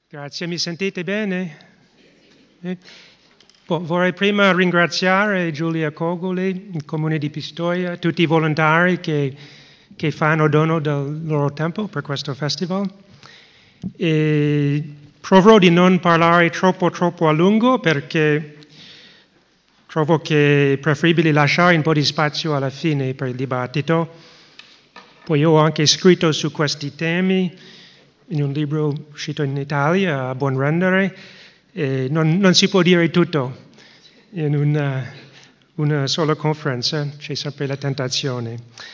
Grazie, mi sentite bene? Vorrei prima ringraziare Giulia Cogoli, il Comune di Pistoia, tutti i volontari che fanno dono del loro tempo per questo festival. E proverò di non parlare troppo a lungo perché trovo che è preferibile lasciare un po' di spazio alla fine per il dibattito. Poi ho anche scritto su questi temi in un libro uscito in Italia, A Buon Rendere. Non si può dire tutto in una sola conferenza, c'è sempre la tentazione.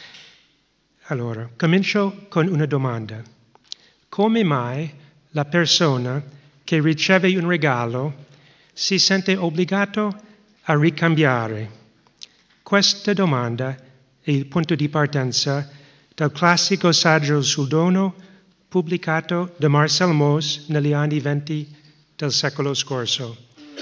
Allora, comincio con una domanda. Come mai la persona che riceve un regalo si sente obbligato a ricambiare? Questa domanda è il punto di partenza del classico saggio sul dono pubblicato da Marcel Mauss negli anni '20 del secolo scorso.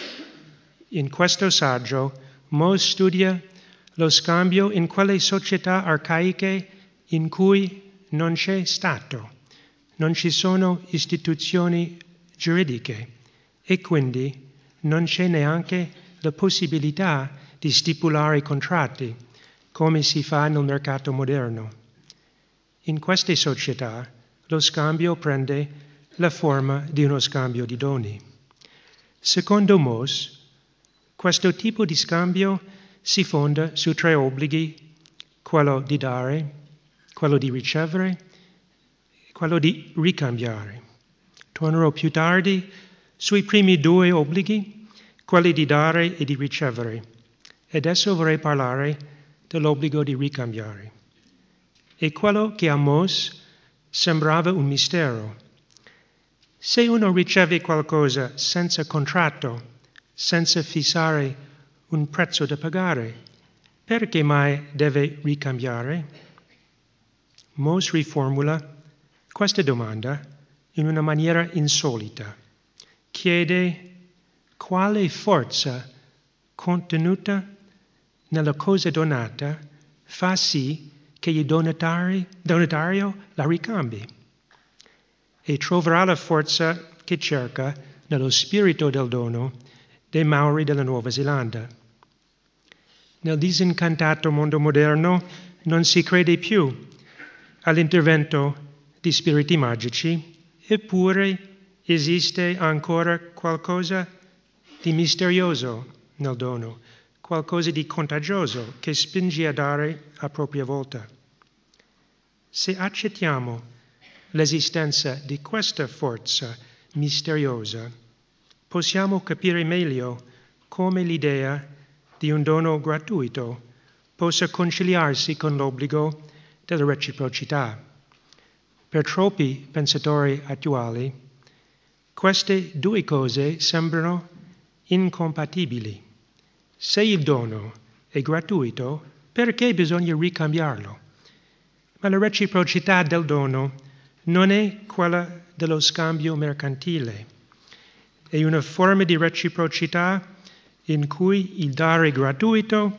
In questo saggio Mauss studia lo scambio in quelle società arcaiche in cui non c'è Stato, non ci sono istituzioni giuridiche e quindi non c'è neanche la possibilità di stipulare contratti come si fa nel mercato moderno. In queste società lo scambio prende la forma di uno scambio di doni. Secondo Mauss, questo tipo di scambio si fonda su 3 obblighi: quello di dare, quello di ricevere e quello di ricambiare. Tornerò più tardi sui primi 2 obblighi, quelli di dare e di ricevere. E adesso vorrei parlare dell'obbligo di ricambiare. È quello che a Mauss sembrava un mistero. Se uno riceve qualcosa senza contratto, senza fissare un prezzo da pagare, perché mai deve ricambiare? Mauss riformula questa domanda in una maniera insolita. Chiede quale forza contenuta nella cosa donata fa sì che il donatario la ricambi, e troverà la forza che cerca nello spirito del dono dei Maori della Nuova Zelanda. Nel disincantato mondo moderno non si crede più all'intervento di spiriti magici, eppure esiste ancora qualcosa di misterioso nel dono, qualcosa di contagioso che spinge a dare a propria volta. Se accettiamo l'esistenza di questa forza misteriosa, possiamo capire meglio come l'idea di un dono gratuito possa conciliarsi con l'obbligo della reciprocità. Per troppi pensatori attuali, queste 2 cose sembrano incompatibili. Se il dono è gratuito, perché bisogna ricambiarlo? Ma la reciprocità del dono non è quella dello scambio mercantile. È una forma di reciprocità in cui il dare gratuito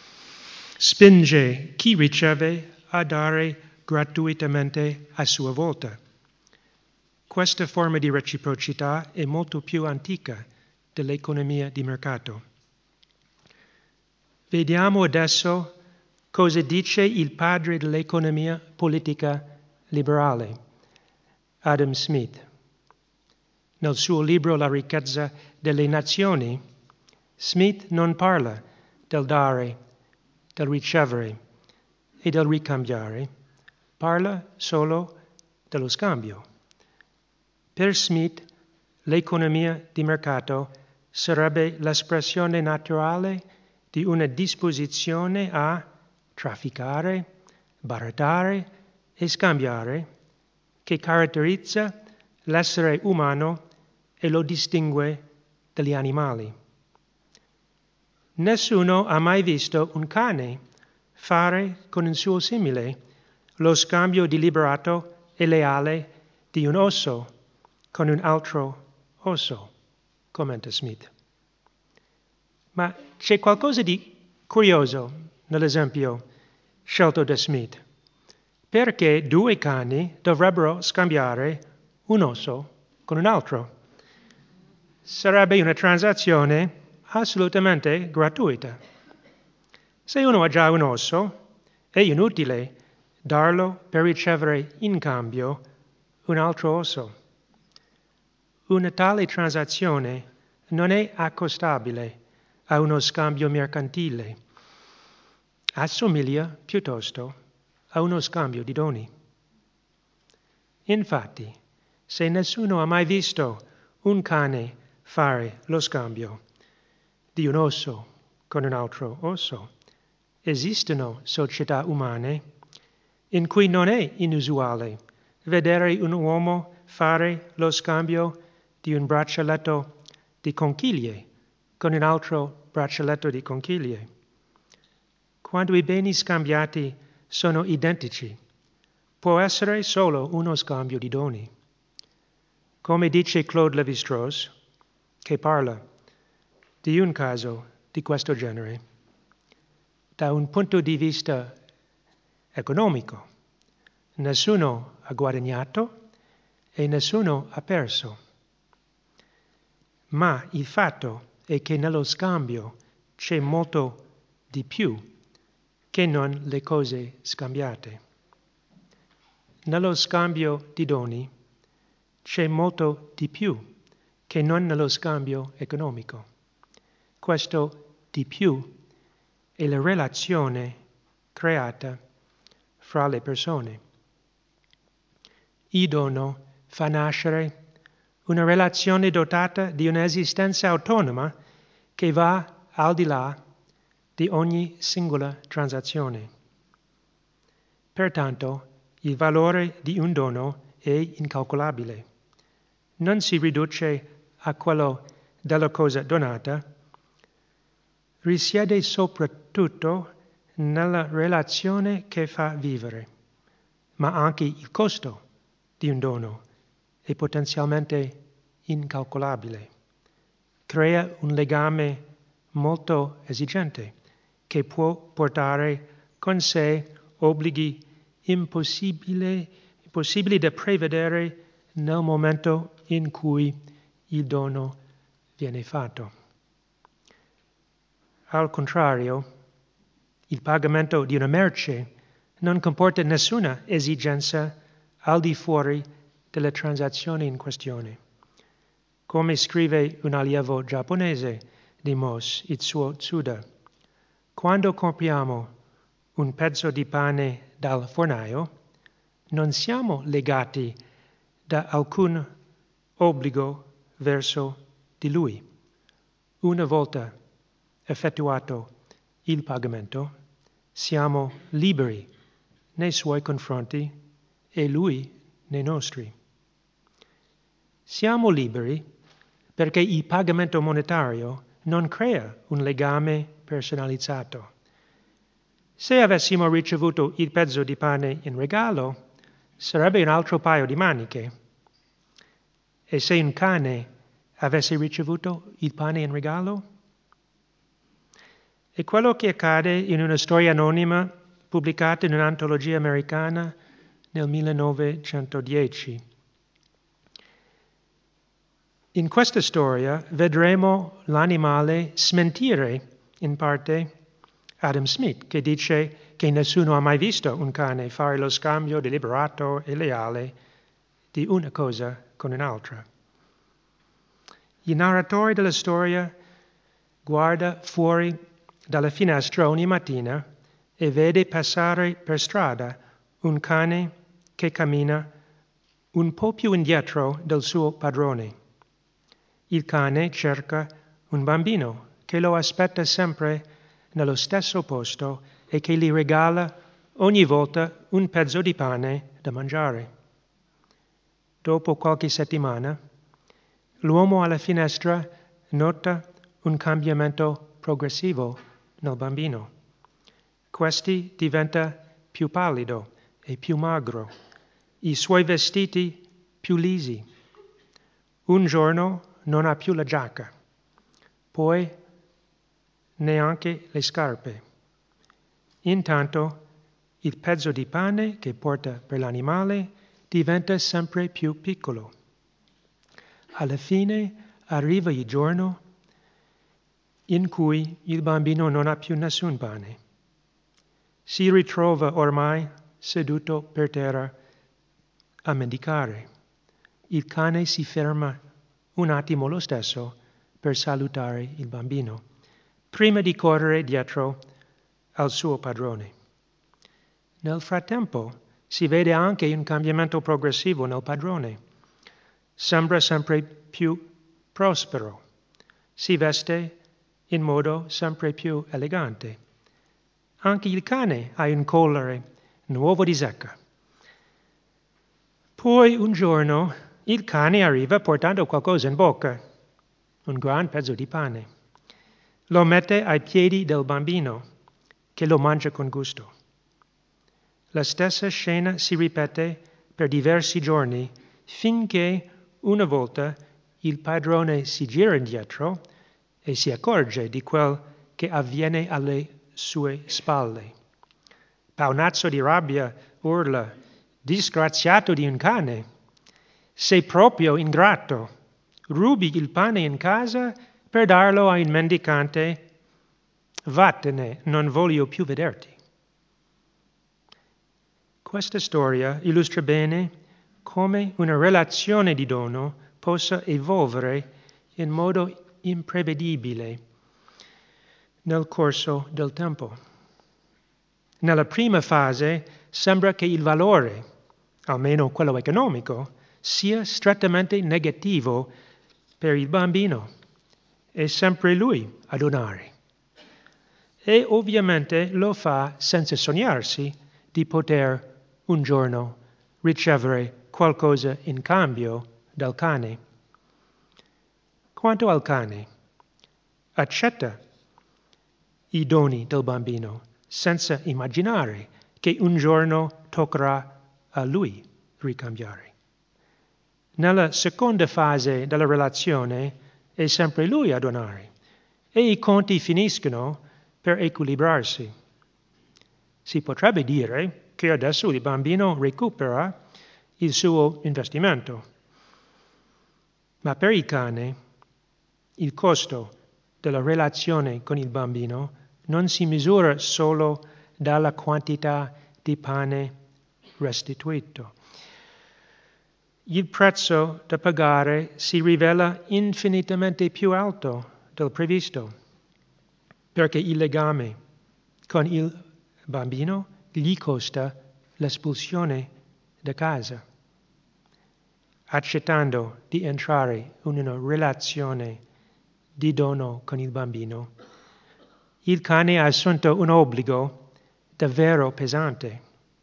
spinge chi riceve a dare gratuitamente a sua volta. Questa forma di reciprocità è molto più antica dell'economia di mercato. Vediamo adesso cosa dice il padre dell'economia politica liberale, Adam Smith. Nel suo libro La ricchezza delle nazioni, Smith non parla del dare, del ricevere e del ricambiare, parla solo dello scambio. Per Smith, l'economia di mercato sarebbe l'espressione naturale di una disposizione a trafficare, barattare e scambiare che caratterizza l'essere umano e lo distingue dagli animali. Nessuno ha mai visto un cane fare con un suo simile lo scambio deliberato e leale di un osso con un altro osso, commenta Smith. Ma c'è qualcosa di curioso nell'esempio scelto da Smith. Perché 2 cani dovrebbero scambiare un osso con un altro? sarebbe una transazione assolutamente gratuita. Se uno ha già un osso, è inutile darlo per ricevere in cambio un altro osso. Una tale transazione non è accostabile a uno scambio mercantile, assomiglia piuttosto a uno scambio di doni. Infatti, se nessuno ha mai visto un cane fare lo scambio di un osso con un altro osso, esistono società umane in cui non è inusuale vedere un uomo fare lo scambio di un braccialetto di conchiglie con un altro braccialetto di conchiglie. Quando i beni scambiati sono identici, può essere solo uno scambio di doni. Come dice Claude Lévi-Strauss, che parla di un caso di questo genere, da un punto di vista economico, nessuno ha guadagnato e nessuno ha perso. Ma il fatto è che nello scambio c'è molto di più che non le cose scambiate. Nello scambio di doni c'è molto di più che non nello scambio economico. Questo di più è la relazione creata fra le persone. Il dono fa nascere una relazione dotata di un'esistenza autonoma che va al di là di ogni singola transazione. Pertanto, il valore di un dono è incalcolabile. Non si riduce a quello della cosa donata, risiede soprattutto nella relazione che fa vivere, ma anche il costo di un dono è potenzialmente incalcolabile. Crea un legame molto esigente che può portare con sé obblighi impossibili da prevedere nel momento in cui il dono viene fatto. Al contrario, il pagamento di una merce non comporta nessuna esigenza al di fuori della transazione in questione. Come scrive un allievo giapponese di Moss, Itsuo Tsuda, quando compriamo un pezzo di pane dal fornaio, non siamo legati da alcun obbligo verso di lui. Una volta effettuato il pagamento, siamo liberi nei suoi confronti e lui nei nostri. Siamo liberi perché il pagamento monetario non crea un legame personalizzato. Se avessimo ricevuto il pezzo di pane in regalo, sarebbe un altro paio di maniche. E se un cane avesse ricevuto il pane in regalo? È quello che accade in una storia anonima pubblicata in un'antologia americana nel 1910. In questa storia vedremo l'animale smentire in parte Adam Smith, che dice che nessuno ha mai visto un cane fare lo scambio deliberato e leale di una cosa con un'altra. Il narratore della storia guarda fuori dalla finestra ogni mattina e vede passare per strada un cane che cammina un po' più indietro del suo padrone. Il cane cerca un bambino che lo aspetta sempre nello stesso posto e che gli regala ogni volta un pezzo di pane da mangiare. Dopo qualche settimana, l'uomo alla finestra nota un cambiamento progressivo nel bambino. Questi diventa più pallido e più magro, i suoi vestiti più lisi. Un giorno non ha più la giacca, poi neanche le scarpe. Intanto il pezzo di pane che porta per l'animale diventa sempre più piccolo. Alla fine arriva il giorno in cui il bambino non ha più nessun pane. Si ritrova ormai seduto per terra a mendicare. Il cane si ferma un attimo lo stesso per salutare il bambino, prima di correre dietro al suo padrone. Nel frattempo si vede anche un cambiamento progressivo nel padrone. Sembra sempre più prospero, si veste in modo sempre più elegante. Anche il cane ha un collare nuovo di zecca. Poi un giorno il cane arriva portando qualcosa in bocca, un gran pezzo di pane. Lo mette ai piedi del bambino, che lo mangia con gusto. La stessa scena si ripete per diversi giorni, finché una volta il padrone si gira indietro e si accorge di quel che avviene alle sue spalle. Paonazzo di rabbia urla: «Disgraziato di un cane! Sei proprio ingrato! Rubi il pane in casa per darlo a un mendicante? Vattene, non voglio più vederti!» Questa storia illustra bene come una relazione di dono possa evolvere in modo imprevedibile nel corso del tempo. Nella prima fase sembra che il valore, almeno quello economico, sia strettamente negativo per il bambino. È sempre lui a donare. E ovviamente lo fa senza sognarsi di poter un giorno ricevere qualcosa in cambio dal cane. Quanto al cane, accetta i doni del bambino senza immaginare che un giorno toccherà a lui ricambiare. Nella seconda fase della relazione è sempre lui a donare e i conti finiscono per equilibrarsi. Si potrebbe dire che adesso il bambino recupera il suo investimento, ma per il cane il costo della relazione con il bambino non si misura solo dalla quantità di pane restituito. Il prezzo da pagare si rivela infinitamente più alto del previsto, perché il legame con il bambino gli costa l'espulsione da casa. Accettando di entrare in una relazione di dono con il bambino, il cane ha assunto un obbligo davvero pesante.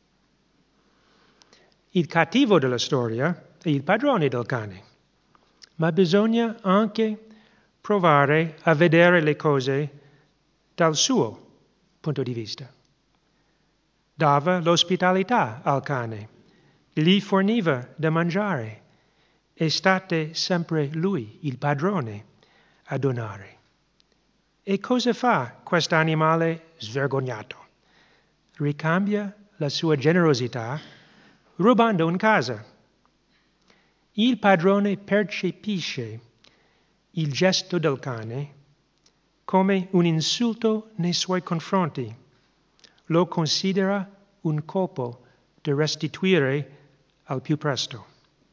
Il cattivo della storia è il padrone del cane, ma bisogna anche provare a vedere le cose dal suo punto di vista. Dava l'ospitalità al cane, gli forniva da mangiare, è stato sempre lui, il padrone, a donare. E cosa fa quest'animale svergognato? Ricambia la sua generosità rubando in casa. Il padrone percepisce il gesto del cane come un insulto nei suoi confronti. Lo considera un colpo da restituire al più presto.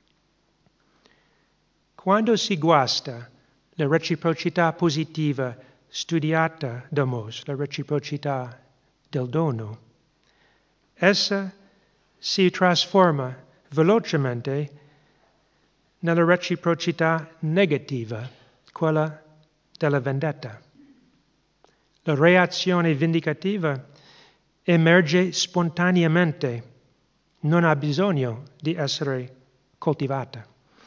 Quando si guasta la reciprocità positiva studiata da Mos, la reciprocità del dono, essa si trasforma velocemente nella reciprocità negativa, quella della vendetta. La reazione vendicativa emerge spontaneamente, non ha bisogno di essere coltivata.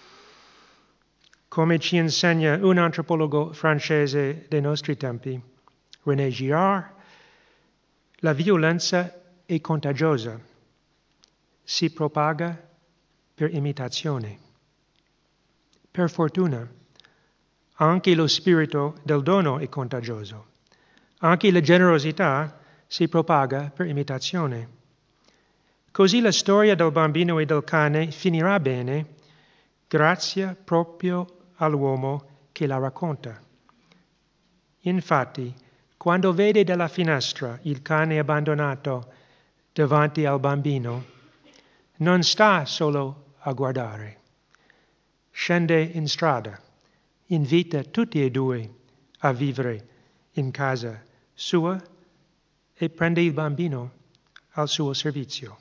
Come ci insegna un antropologo francese dei nostri tempi, René Girard, la violenza è contagiosa, si propaga per imitazione. Per fortuna, anche lo spirito del dono è contagioso. Anche la generosità si propaga per imitazione. Così la storia del bambino e del cane finirà bene grazie proprio all'uomo che la racconta. Infatti, quando vede dalla finestra il cane abbandonato davanti al bambino, non sta solo a guardare. Scende in strada, invita tutti e due a vivere in casa sua e prende il bambino al suo servizio.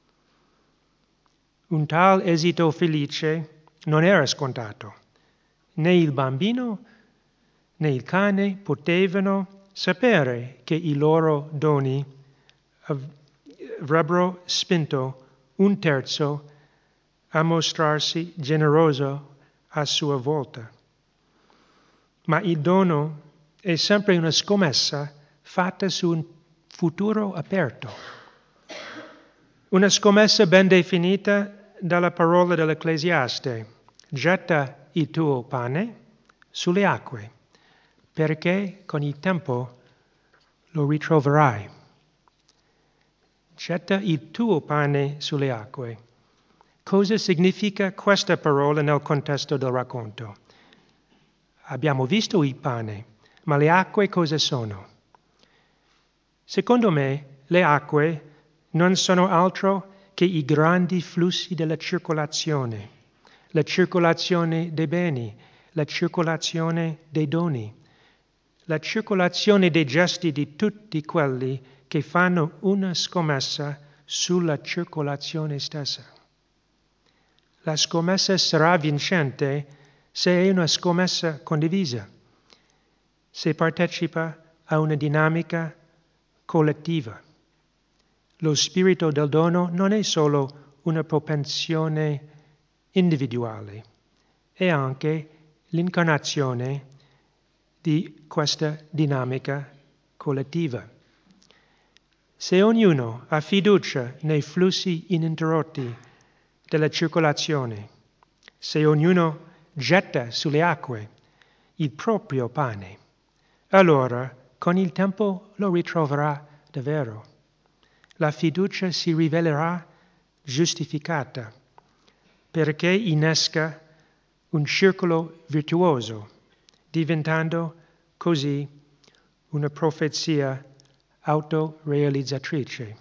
Un tal esito felice non era scontato. Né il bambino né il cane potevano sapere che i loro doni avrebbero spinto un terzo a mostrarsi generoso a sua volta. Ma il dono è sempre una scommessa fatta su un futuro aperto. Una scommessa ben definita dalla parola dell'Ecclesiaste: getta il tuo pane sulle acque, perché con il tempo lo ritroverai. Getta il tuo pane sulle acque. Cosa significa questa parola nel contesto del racconto? Abbiamo visto il pane, ma le acque cosa sono? Secondo me, le acque non sono altro che i grandi flussi della circolazione, la circolazione dei beni, la circolazione dei doni, la circolazione dei gesti di tutti quelli che fanno una scommessa sulla circolazione stessa. La scommessa sarà vincente se è una scommessa condivisa, se partecipa a una dinamica collettiva. Lo spirito del dono non è solo una propensione individuale, è anche l'incarnazione di questa dinamica collettiva. Se ognuno ha fiducia nei flussi ininterrotti della circolazione, se ognuno getta sulle acque il proprio pane, allora con il tempo lo ritroverà davvero. La fiducia si rivelerà giustificata perché innesca un circolo virtuoso, diventando così una profezia autorealizzatrice.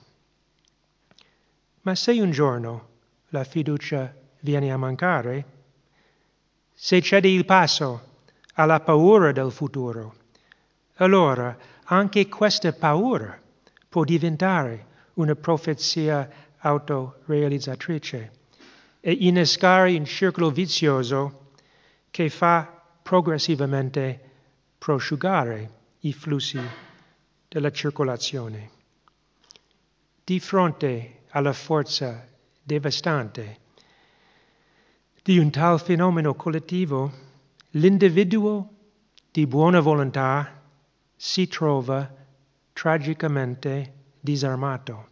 Ma se un giorno la fiducia viene a mancare, se cede il passo alla paura del futuro, allora anche questa paura può diventare una profezia autorealizzatrice e innescare un circolo vizioso che fa progressivamente prosciugare i flussi della circolazione. Di fronte alla forza devastante di un tal fenomeno collettivo, l'individuo di buona volontà si trova tragicamente disarmato.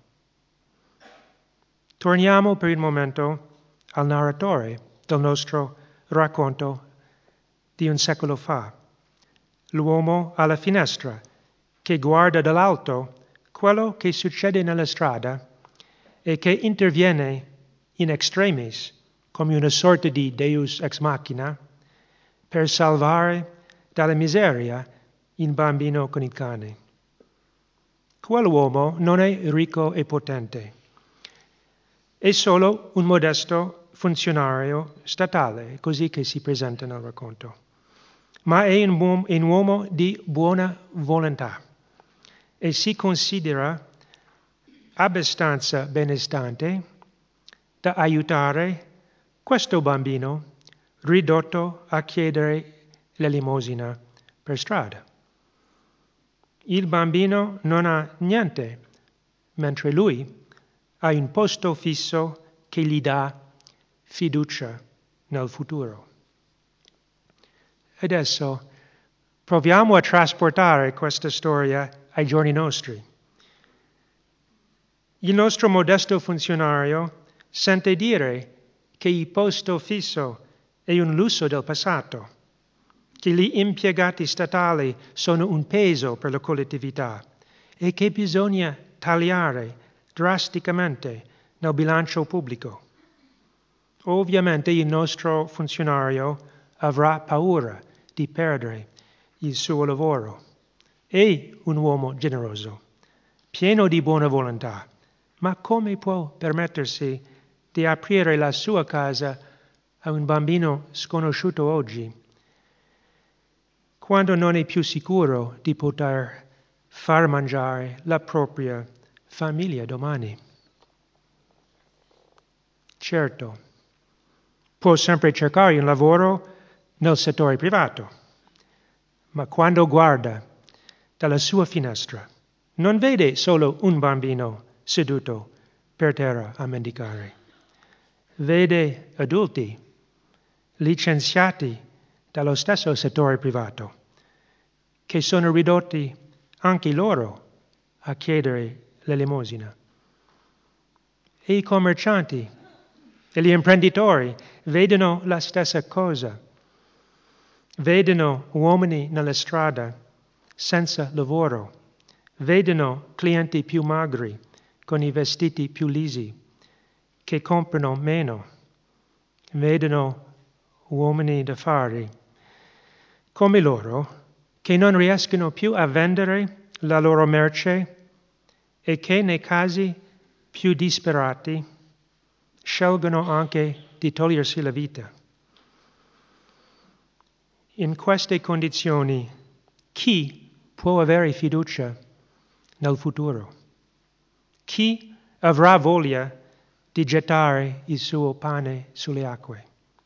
Torniamo per il momento al narratore del nostro racconto di un secolo fa, l'uomo alla finestra che guarda dall'alto quello che succede nella strada e che interviene in extremis come una sorta di deus ex machina per salvare dalla miseria il bambino con il cane. Quell'uomo non è ricco e potente, è solo un modesto funzionario statale, così che si presenta nel racconto, ma è un uomo di buona volontà e si considera abbastanza benestante da aiutare questo bambino ridotto a chiedere l'elemosina per strada. Il bambino non ha niente, mentre lui ha un posto fisso che gli dà fiducia nel futuro. Adesso proviamo a trasportare questa storia ai giorni nostri. Il nostro modesto funzionario sente dire che il posto fisso è un lusso del passato, che gli impiegati statali sono un peso per la collettività e che bisogna tagliare drasticamente nel bilancio pubblico. Ovviamente il nostro funzionario avrà paura di perdere il suo lavoro. È un uomo generoso, pieno di buona volontà, ma come può permettersi di aprire la sua casa a un bambino sconosciuto oggi, quando non è più sicuro di poter far mangiare la propria famiglia domani? Certo, può sempre cercare un lavoro nel settore privato, ma quando guarda dalla sua finestra non vede solo un bambino seduto per terra a mendicare. Vede adulti licenziati dallo stesso settore privato che sono ridotti anche loro a chiedere l'elemosina. E i commercianti e gli imprenditori vedono la stessa cosa. Vedono uomini nella strada senza lavoro, vedono clienti più magri con i vestiti più lisi che comprano meno, vedono uomini d'affari come loro che non riescono più a vendere la loro merce e che nei casi più disperati scelgono anche di togliersi la vita. In queste condizioni, chi può avere fiducia nel futuro? Chi avrà voglia di gettare il suo pane sulle acque?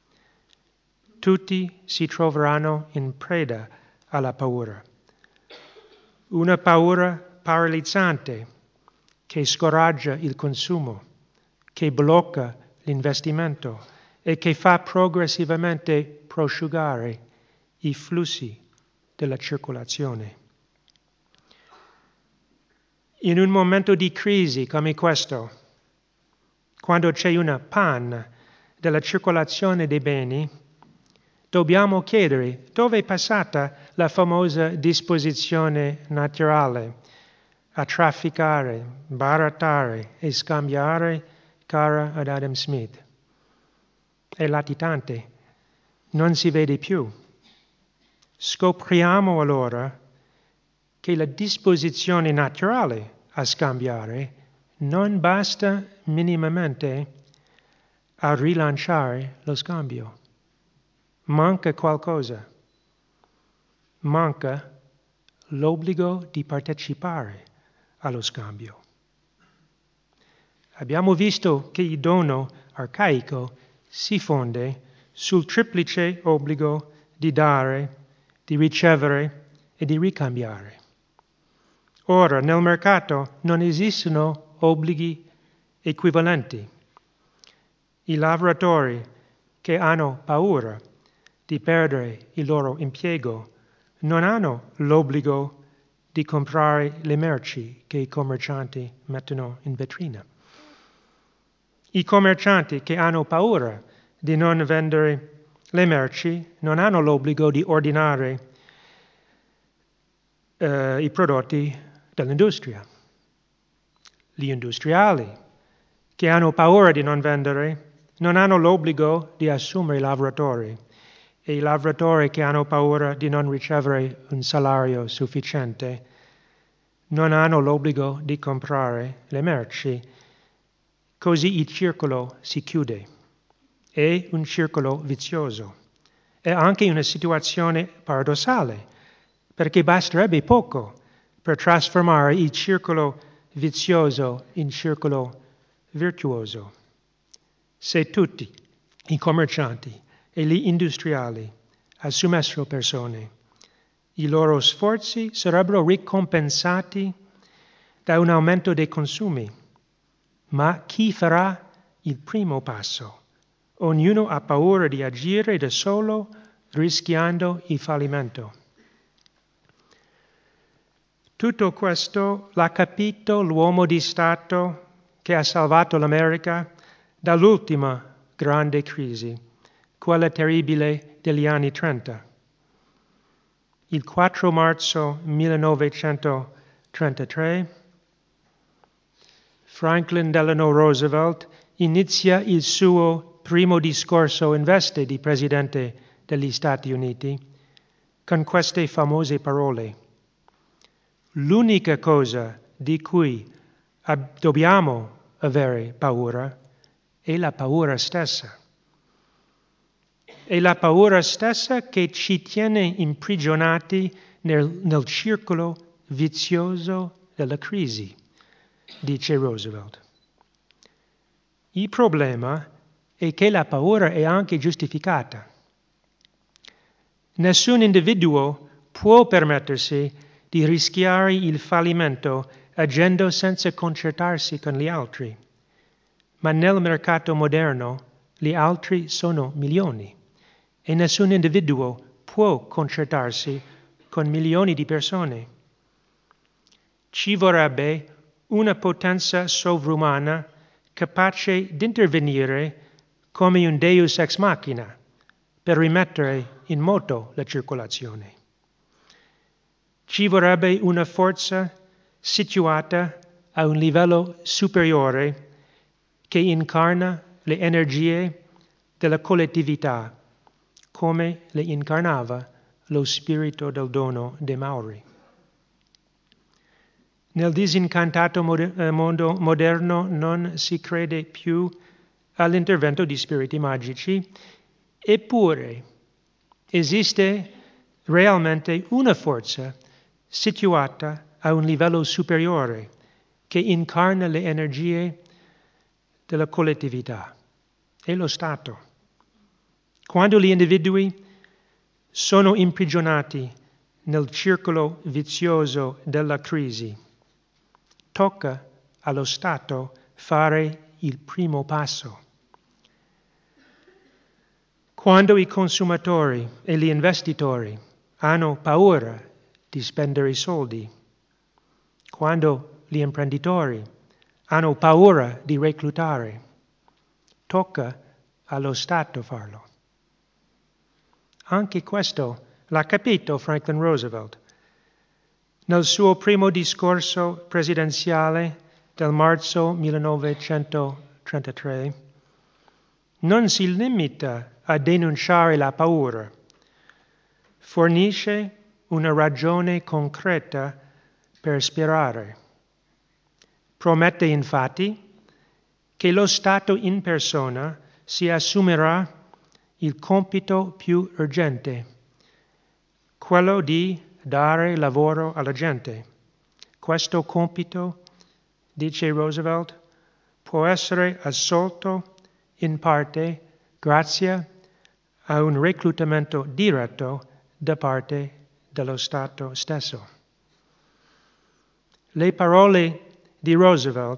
Tutti si troveranno in preda alla paura. Una paura paralizzante che scoraggia il consumo, che blocca l'investimento e che fa progressivamente prosciugare i flussi della circolazione. In un momento di crisi come questo, quando c'è una panne della circolazione dei beni, dobbiamo chiedere dove è passata la famosa disposizione naturale a trafficare, barattare e scambiare cara ad Adam Smith. È latitante, non si vede più. Scopriamo allora che la disposizione naturale a scambiare non basta minimamente a rilanciare lo scambio. Manca qualcosa. Manca l'obbligo di partecipare allo scambio. Abbiamo visto che il dono arcaico si fonde sul triplice obbligo di dare, di ricevere e di ricambiare. Ora, nel mercato non esistono obblighi equivalenti. I lavoratori che hanno paura di perdere il loro impiego non hanno l'obbligo di comprare le merci che i commercianti mettono in vetrina. I commercianti che hanno paura di non vendere le merci non hanno l'obbligo di ordinare i prodotti dell'industria. Gli industriali che hanno paura di non vendere non hanno l'obbligo di assumere i lavoratori e i lavoratori che hanno paura di non ricevere un salario sufficiente non hanno l'obbligo di comprare le merci. Così il circolo si chiude. È un circolo vizioso. È anche una situazione paradossale, perché basterebbe poco per trasformare il circolo vizioso in circolo virtuoso. Se tutti i commercianti e gli industriali assumessero persone, i loro sforzi sarebbero ricompensati da un aumento dei consumi. Ma chi farà il primo passo? Ognuno ha paura di agire da solo, rischiando il fallimento. Tutto questo l'ha capito l'uomo di Stato che ha salvato l'America dall'ultima grande crisi, quella terribile degli anni 30. Il 4 marzo 1933 Franklin Delano Roosevelt inizia il suo primo discorso in veste di Presidente degli Stati Uniti con queste famose parole. L'unica cosa di cui dobbiamo avere paura è la paura stessa. È la paura stessa che ci tiene imprigionati nel circolo vizioso della crisi, dice Roosevelt. Il problema è che la paura è anche giustificata. Nessun individuo può permettersi di rischiare il fallimento agendo senza concertarsi con gli altri. Ma nel mercato moderno gli altri sono milioni e nessun individuo può concertarsi con milioni di persone. Ci vorrebbe una potenza sovrumana capace di intervenire come un Deus ex machina per rimettere in moto la circolazione. Ci vorrebbe una forza situata a un livello superiore che incarna le energie della collettività, come le incarnava lo spirito del dono dei Mauri. Nel disincantato mondo moderno non si crede più all'intervento di spiriti magici, eppure esiste realmente una forza situata a un livello superiore che incarna le energie della collettività. È lo Stato. Quando gli individui sono imprigionati nel circolo vizioso della crisi, tocca allo Stato fare il primo passo. Quando i consumatori e gli investitori hanno paura di spendere i soldi, quando gli imprenditori hanno paura di reclutare, tocca allo Stato farlo. Anche questo l'ha capito Franklin Roosevelt. Nel suo primo discorso presidenziale del marzo 1933, non si limita a denunciare la paura, fornisce una ragione concreta per sperare. Promette infatti che lo Stato in persona si assumerà il compito più urgente, quello di dare lavoro alla gente. Questo compito, dice Roosevelt, può essere assolto in parte grazie a un reclutamento diretto da parte dello Stato stesso. Le parole di Roosevelt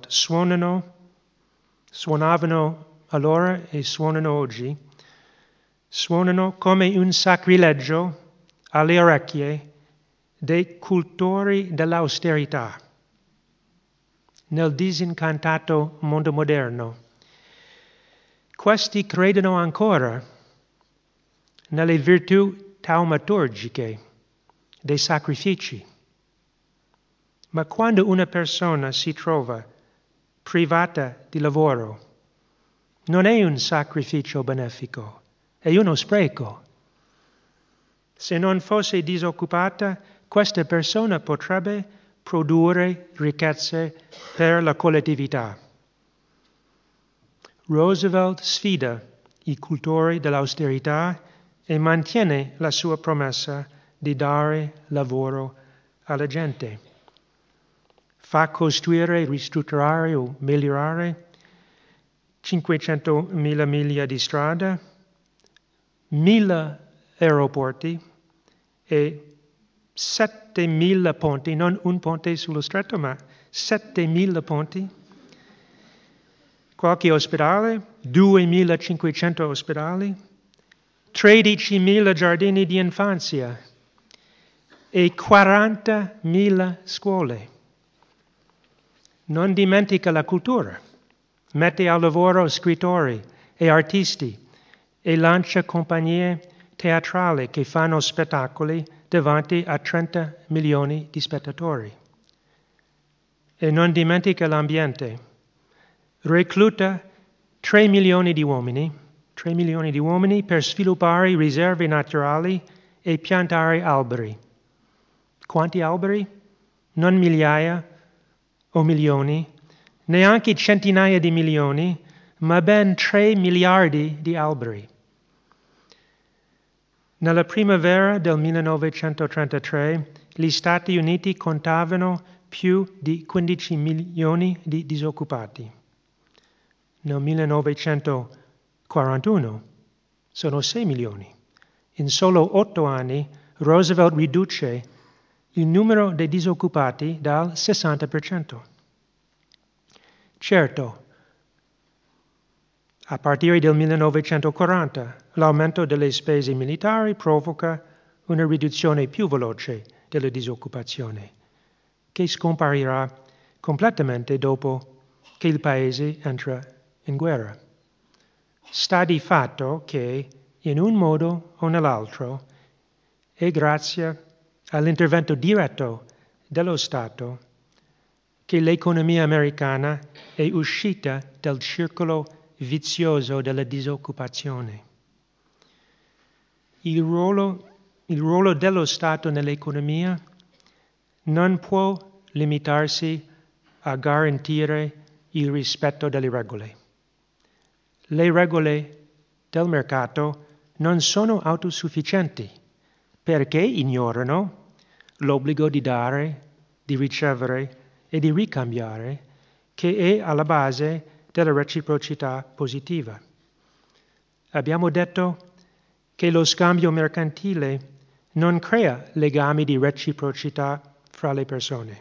suonavano allora e suonano oggi, suonano come un sacrilegio alle orecchie dei cultori dell'austerità. Nel disincantato mondo moderno, questi credono ancora nelle virtù taumaturgiche dei sacrifici. Ma quando una persona si trova privata di lavoro, non è un sacrificio benefico, è uno spreco. Se non fosse disoccupata, questa persona potrebbe produrre ricchezze per la collettività. Roosevelt sfida i cultori dell'austerità e mantiene la sua promessa di dare lavoro alla gente. Fa costruire, ristrutturare o migliorare 500.000 miglia di strada, 1.000 aeroporti e 7.000 ponti, non un ponte sullo stretto, ma 7.000 ponti, qualche ospedale, 2.500 ospedali, 13.000 giardini di infanzia e 40.000 scuole. Non dimentica la cultura, mette al lavoro scrittori e artisti e lancia compagnie teatrali che fanno spettacoli davanti a 30 milioni di spettatori. E non dimentica l'ambiente. Recluta 3 milioni di uomini per sviluppare riserve naturali e piantare alberi. Quanti alberi? Non migliaia o milioni, neanche centinaia di milioni, ma ben 3 miliardi di alberi. Nella primavera del 1933 gli Stati Uniti contavano più di 15 milioni di disoccupati. Nel 1941 sono 6 milioni. In solo 8 anni Roosevelt riduce il numero dei disoccupati dal 60%. Certo, a partire del 1940 l'aumento delle spese militari provoca una riduzione più veloce della disoccupazione, che scomparirà completamente dopo che il Paese entra in guerra. Sta di fatto che, in un modo o nell'altro, è grazie all'intervento diretto dello Stato che l'economia americana è uscita dal circolo vizioso della disoccupazione. Il ruolo dello Stato nell'economia non può limitarsi a garantire il rispetto delle regole. Le regole del mercato non sono autosufficienti perché ignorano l'obbligo di dare, di ricevere e di ricambiare che è alla base della reciprocità positiva. Abbiamo detto che lo scambio mercantile non crea legami di reciprocità fra le persone.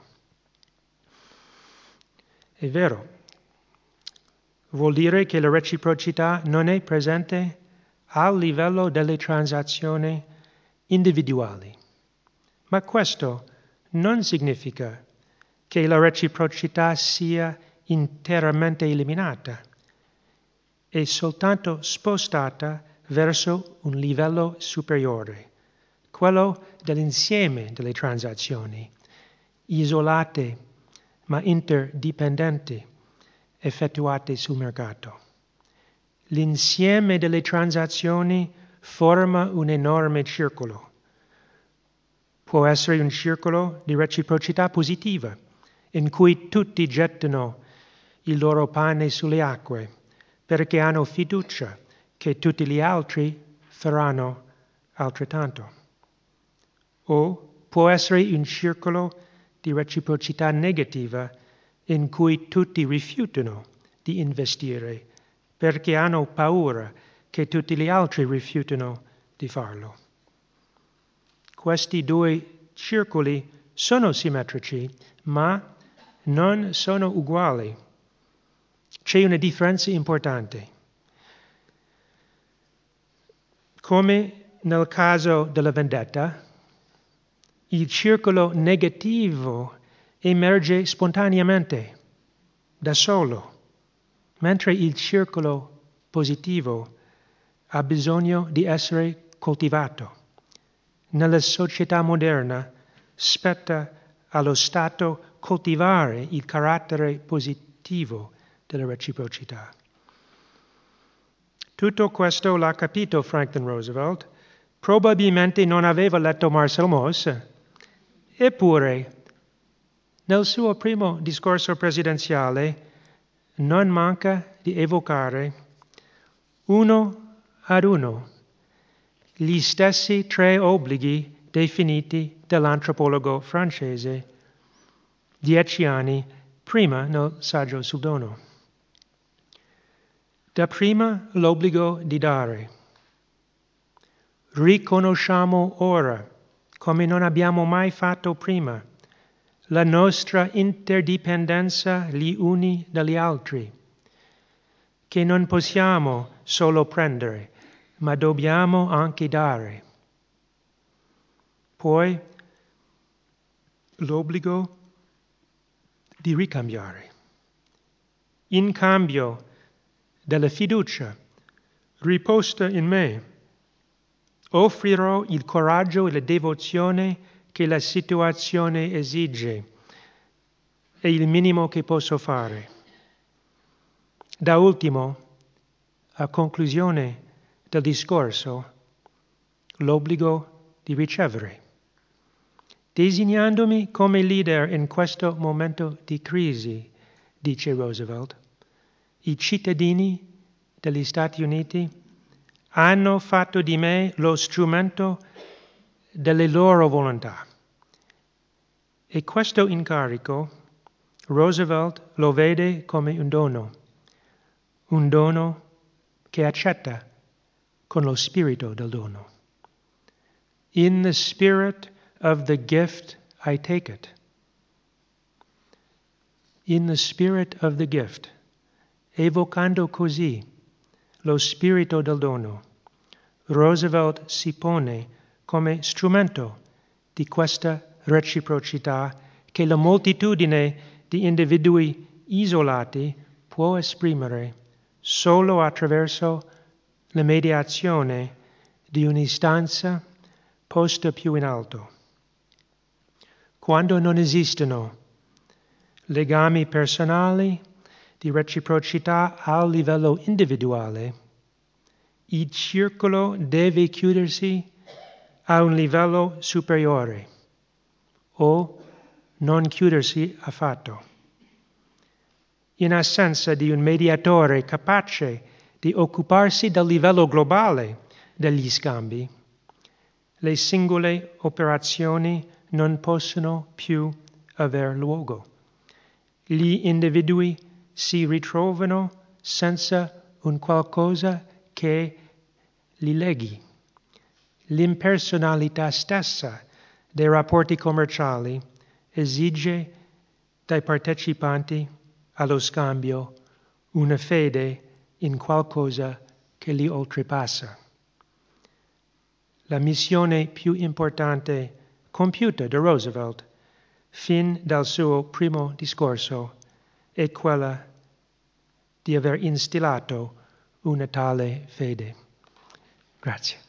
È vero. Vuol dire che la reciprocità non è presente al livello delle transazioni individuali. Ma questo non significa che la reciprocità sia interamente eliminata. È soltanto spostata verso un livello superiore, quello dell'insieme delle transazioni, isolate ma interdipendenti, effettuate sul mercato. L'insieme delle transazioni forma un enorme circolo. Può essere un circolo di reciprocità positiva, in cui tutti gettano il loro pane sulle acque, perché hanno fiducia che tutti gli altri faranno altrettanto. O può essere un circolo di reciprocità negativa, in cui tutti rifiutano di investire, perché hanno paura che tutti gli altri rifiutino di farlo. Questi due circoli sono simmetrici, ma non sono uguali. C'è una differenza importante. Come nel caso della vendetta, il circolo negativo emerge spontaneamente, da solo, mentre il circolo positivo ha bisogno di essere coltivato. Nella società moderna spetta allo Stato coltivare il carattere positivo della reciprocità. Tutto questo l'ha capito Franklin Roosevelt. Probabilmente non aveva letto Marcel Mauss, eppure nel suo primo discorso presidenziale non manca di evocare uno ad uno gli stessi 3 obblighi definiti dall'antropologo francese 10 anni prima nel saggio sul dono. Dapprima l'obbligo di dare. Riconosciamo ora, come non abbiamo mai fatto prima, la nostra interdipendenza gli uni dagli altri, che non possiamo solo prendere, ma dobbiamo anche dare. Poi l'obbligo di ricambiare. In cambio della fiducia riposta in me, offrirò il coraggio e la devozione che la situazione esige. È il minimo che posso fare. Da ultimo, a conclusione del discorso, l'obbligo di ricevere. Designandomi come leader in questo momento di crisi, dice Roosevelt, i cittadini degli Stati Uniti hanno fatto di me lo strumento delle loro volontà. E questo incarico Roosevelt lo vede come un dono che accetta con lo spirito del dono. In the spirit of the gift I take it. In the spirit of the gift, evocando così lo spirito del dono, Roosevelt si pone come strumento di questa reciprocità che la moltitudine di individui isolati può esprimere solo attraverso la mediazione di un'istanza posta più in alto. Quando non esistono legami personali di reciprocità al livello individuale, il circolo deve chiudersi a un livello superiore o non chiudersi affatto. In assenza di un mediatore capace di occuparsi del livello globale degli scambi, le singole operazioni non possono più aver luogo. Gli individui si ritrovano senza un qualcosa che li leghi. L'impersonalità stessa dei rapporti commerciali esige dai partecipanti allo scambio una fede in qualcosa che li oltrepassa. La missione più importante compiuta da Roosevelt fin dal suo primo discorso è quella di aver instillato una tale fede. Grazie.